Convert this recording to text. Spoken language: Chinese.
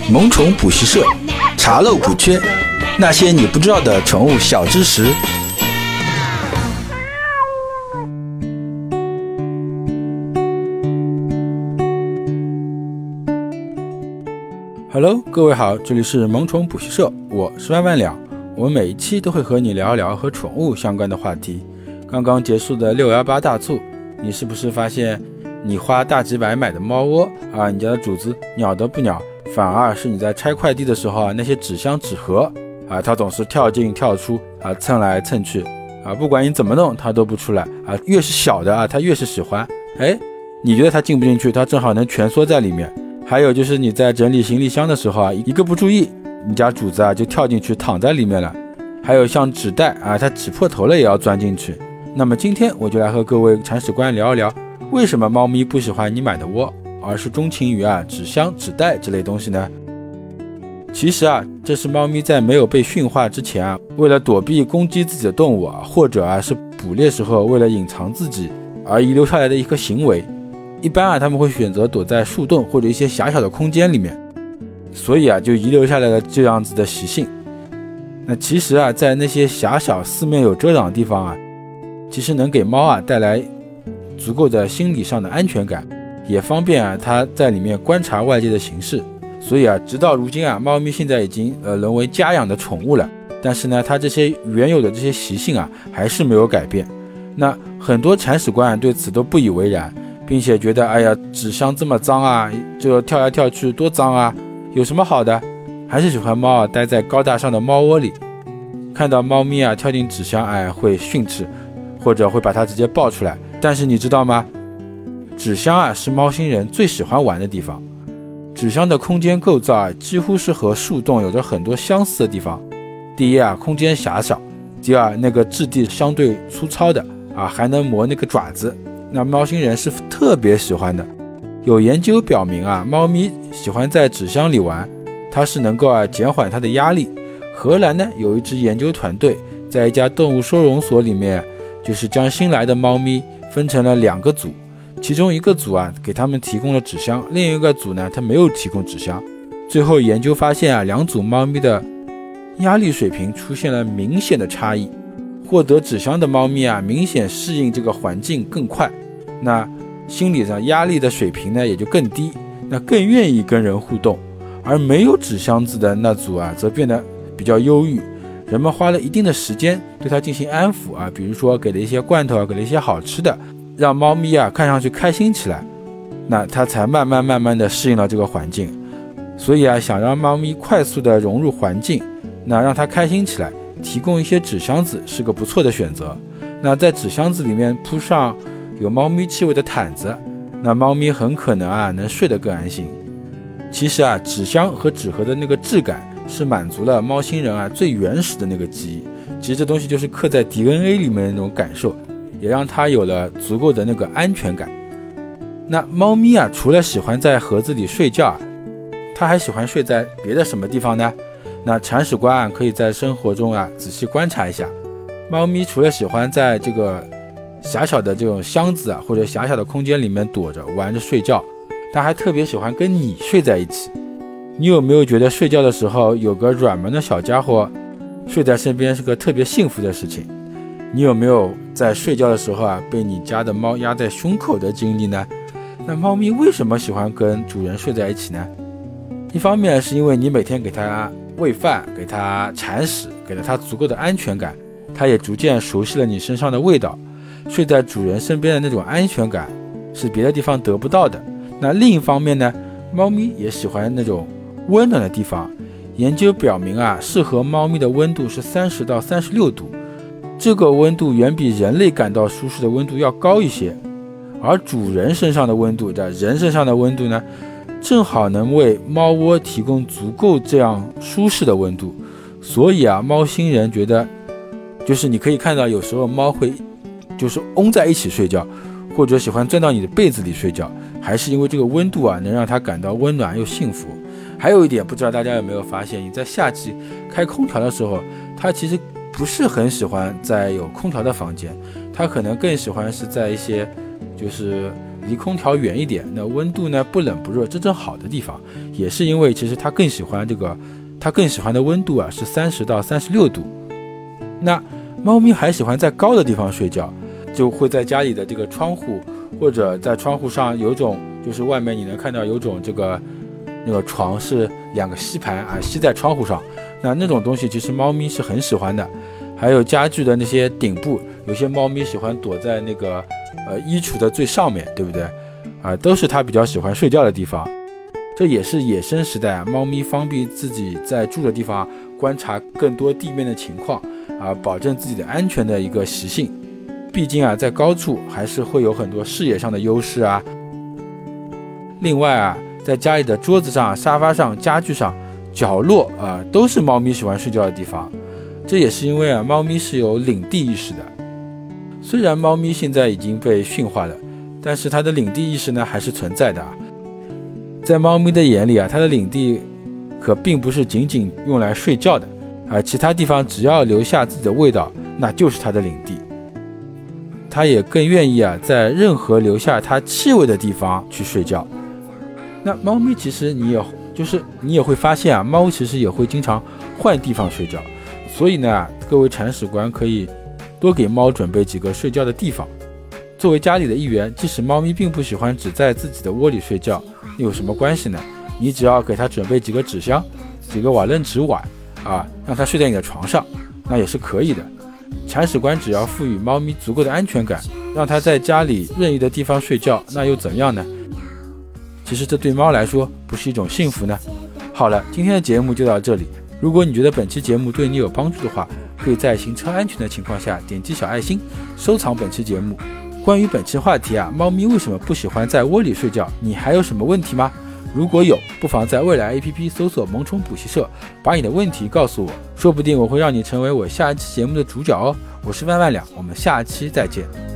萌宠补习社，查漏补缺，那些你不知道的宠物小知识。Hello， 各位好，这里是萌宠补习社，我是万万两。我们每一期都会和你聊一聊和宠物相关的话题。刚刚结束的618大促，你是不是发现你花大几百买的猫窝啊，你家的主子鸟都不鸟，反而是你在拆快递的时候啊，那些纸箱纸盒啊，它总是跳进跳出啊，蹭来蹭去啊，不管你怎么弄它都不出来啊，越是小的啊，它越是喜欢。你觉得它进不进去，它正好能蜷缩在里面。还有就是你在整理行李箱的时候啊，一个不注意，你家主子啊就跳进去躺在里面了。还有像纸袋啊，它挤破头了也要钻进去。那么今天我就来和各位铲屎官聊一聊，为什么猫咪不喜欢你买的窝，而是钟情于纸箱、纸袋之类东西呢？其实这是猫咪在没有被驯化之前为了躲避攻击自己的动物或者是捕猎时候为了隐藏自己而遗留下来的一个行为。一般他们会选择躲在树洞或者一些狭小的空间里面，所以就遗留下来了这样子的习性。那其实在那些狭小四面有遮挡的地方其实能给猫带来足够的心理上的安全感，也方便它在里面观察外界的形势。所以直到如今猫咪现在已经沦为家养的宠物了，但是呢它这些原有的这些习性还是没有改变。那很多铲屎官对此都不以为然，并且觉得纸箱这么脏就跳来跳去多脏有什么好的？还是喜欢猫待在高大上的猫窝里，看到猫咪跳进纸箱会训斥，或者会把它直接抱出来。但是你知道吗？纸箱是猫星人最喜欢玩的地方。纸箱的空间构造几乎是和树洞有着很多相似的地方。第一空间狭小，第二那个质地相对粗糙的还能磨那个爪子，那猫星人是特别喜欢的。有研究表明猫咪喜欢在纸箱里玩，它是能够减缓它的压力。荷兰呢有一支研究团队在一家动物收容所里面，就是将新来的猫咪分成了2个组，其中一个组给他们提供了纸箱，另一个组呢它没有提供纸箱。最后研究发现2组猫咪的压力水平出现了明显的差异，获得纸箱的猫咪明显适应这个环境更快，那心理上压力的水平呢也就更低，那更愿意跟人互动。而没有纸箱子的那组则变得比较忧郁，人们花了一定的时间对它进行安抚比如说给了一些罐头给了一些好吃的，让猫咪看上去开心起来，那它才慢慢的适应了这个环境。所以想让猫咪快速的融入环境，那让它开心起来，提供一些纸箱子是个不错的选择。那在纸箱子里面铺上有猫咪气味的毯子，那猫咪很可能能睡得更安心。其实纸箱和纸盒的那个质感是满足了猫星人最原始的那个记忆，其实这东西就是刻在 DNA 里面的那种感受，也让它有了足够的那个安全感。那猫咪除了喜欢在盒子里睡觉它还喜欢睡在别的什么地方呢？那铲屎官可以在生活中仔细观察一下，猫咪除了喜欢在这个狭小的这种箱子或者狭小的空间里面躲着玩着睡觉，它还特别喜欢跟你睡在一起。你有没有觉得睡觉的时候有个软萌的小家伙睡在身边是个特别幸福的事情？你有没有在睡觉的时候被你家的猫压在胸口的经历呢？那猫咪为什么喜欢跟主人睡在一起呢？一方面是因为你每天给它喂饭，给它铲屎，给了它足够的安全感，它也逐渐熟悉了你身上的味道。睡在主人身边的那种安全感是别的地方得不到的。那另一方面呢，猫咪也喜欢那种温暖的地方。研究表明适合猫咪的温度是30到36度，这个温度远比人类感到舒适的温度要高一些。而主人身上的温度，人身上的温度呢，正好能为猫窝提供足够这样舒适的温度。所以猫星人觉得，就是你可以看到有时候猫会就是拥在一起睡觉，或者喜欢钻到你的被子里睡觉，还是因为这个温度能让它感到温暖又幸福。还有一点，不知道大家有没有发现，你在夏季开空调的时候，它其实不是很喜欢在有空调的房间，它可能更喜欢是在一些就是离空调远一点，那温度呢不冷不热，这正好的地方，也是因为其实它更喜欢的温度是30到36度。那猫咪还喜欢在高的地方睡觉，就会在家里的这个窗户，或者在窗户上有种，就是外面你能看到有种那个床是2个吸盘吸在窗户上，那种东西其实猫咪是很喜欢的。还有家具的那些顶部，有些猫咪喜欢躲在那个衣橱的最上面，对不对都是它比较喜欢睡觉的地方。这也是野生时代猫咪方便自己在住的地方观察更多地面的情况保证自己的安全的一个习性。毕竟在高处还是会有很多视野上的优势另外在家里的桌子上、沙发上、家具上、角落都是猫咪喜欢睡觉的地方。这也是因为猫咪是有领地意识的。虽然猫咪现在已经被驯化了，但是它的领地意识呢还是存在的在猫咪的眼里它的领地可并不是仅仅用来睡觉的其他地方只要留下自己的味道，那就是它的领地。它也更愿意在任何留下它气味的地方去睡觉。那猫咪其实你也会发现猫其实也会经常换地方睡觉。所以呢，各位铲屎官可以多给猫准备几个睡觉的地方。作为家里的一员，即使猫咪并不喜欢只在自己的窝里睡觉，有什么关系呢？你只要给它准备几个纸箱、几个瓦楞纸碗让它睡在你的床上，那也是可以的。铲屎官只要赋予猫咪足够的安全感，让它在家里任意的地方睡觉，那又怎样呢？其实这对猫来说不是一种幸福呢？好了，今天的节目就到这里。如果你觉得本期节目对你有帮助的话，可以在行车安全的情况下点击小爱心收藏本期节目。关于本期话题猫咪为什么不喜欢在窝里睡觉，你还有什么问题吗？如果有，不妨在未来 APP 搜索萌宠补习社，把你的问题告诉我，说不定我会让你成为我下一期节目的主角哦。我是万万两，我们下期再见。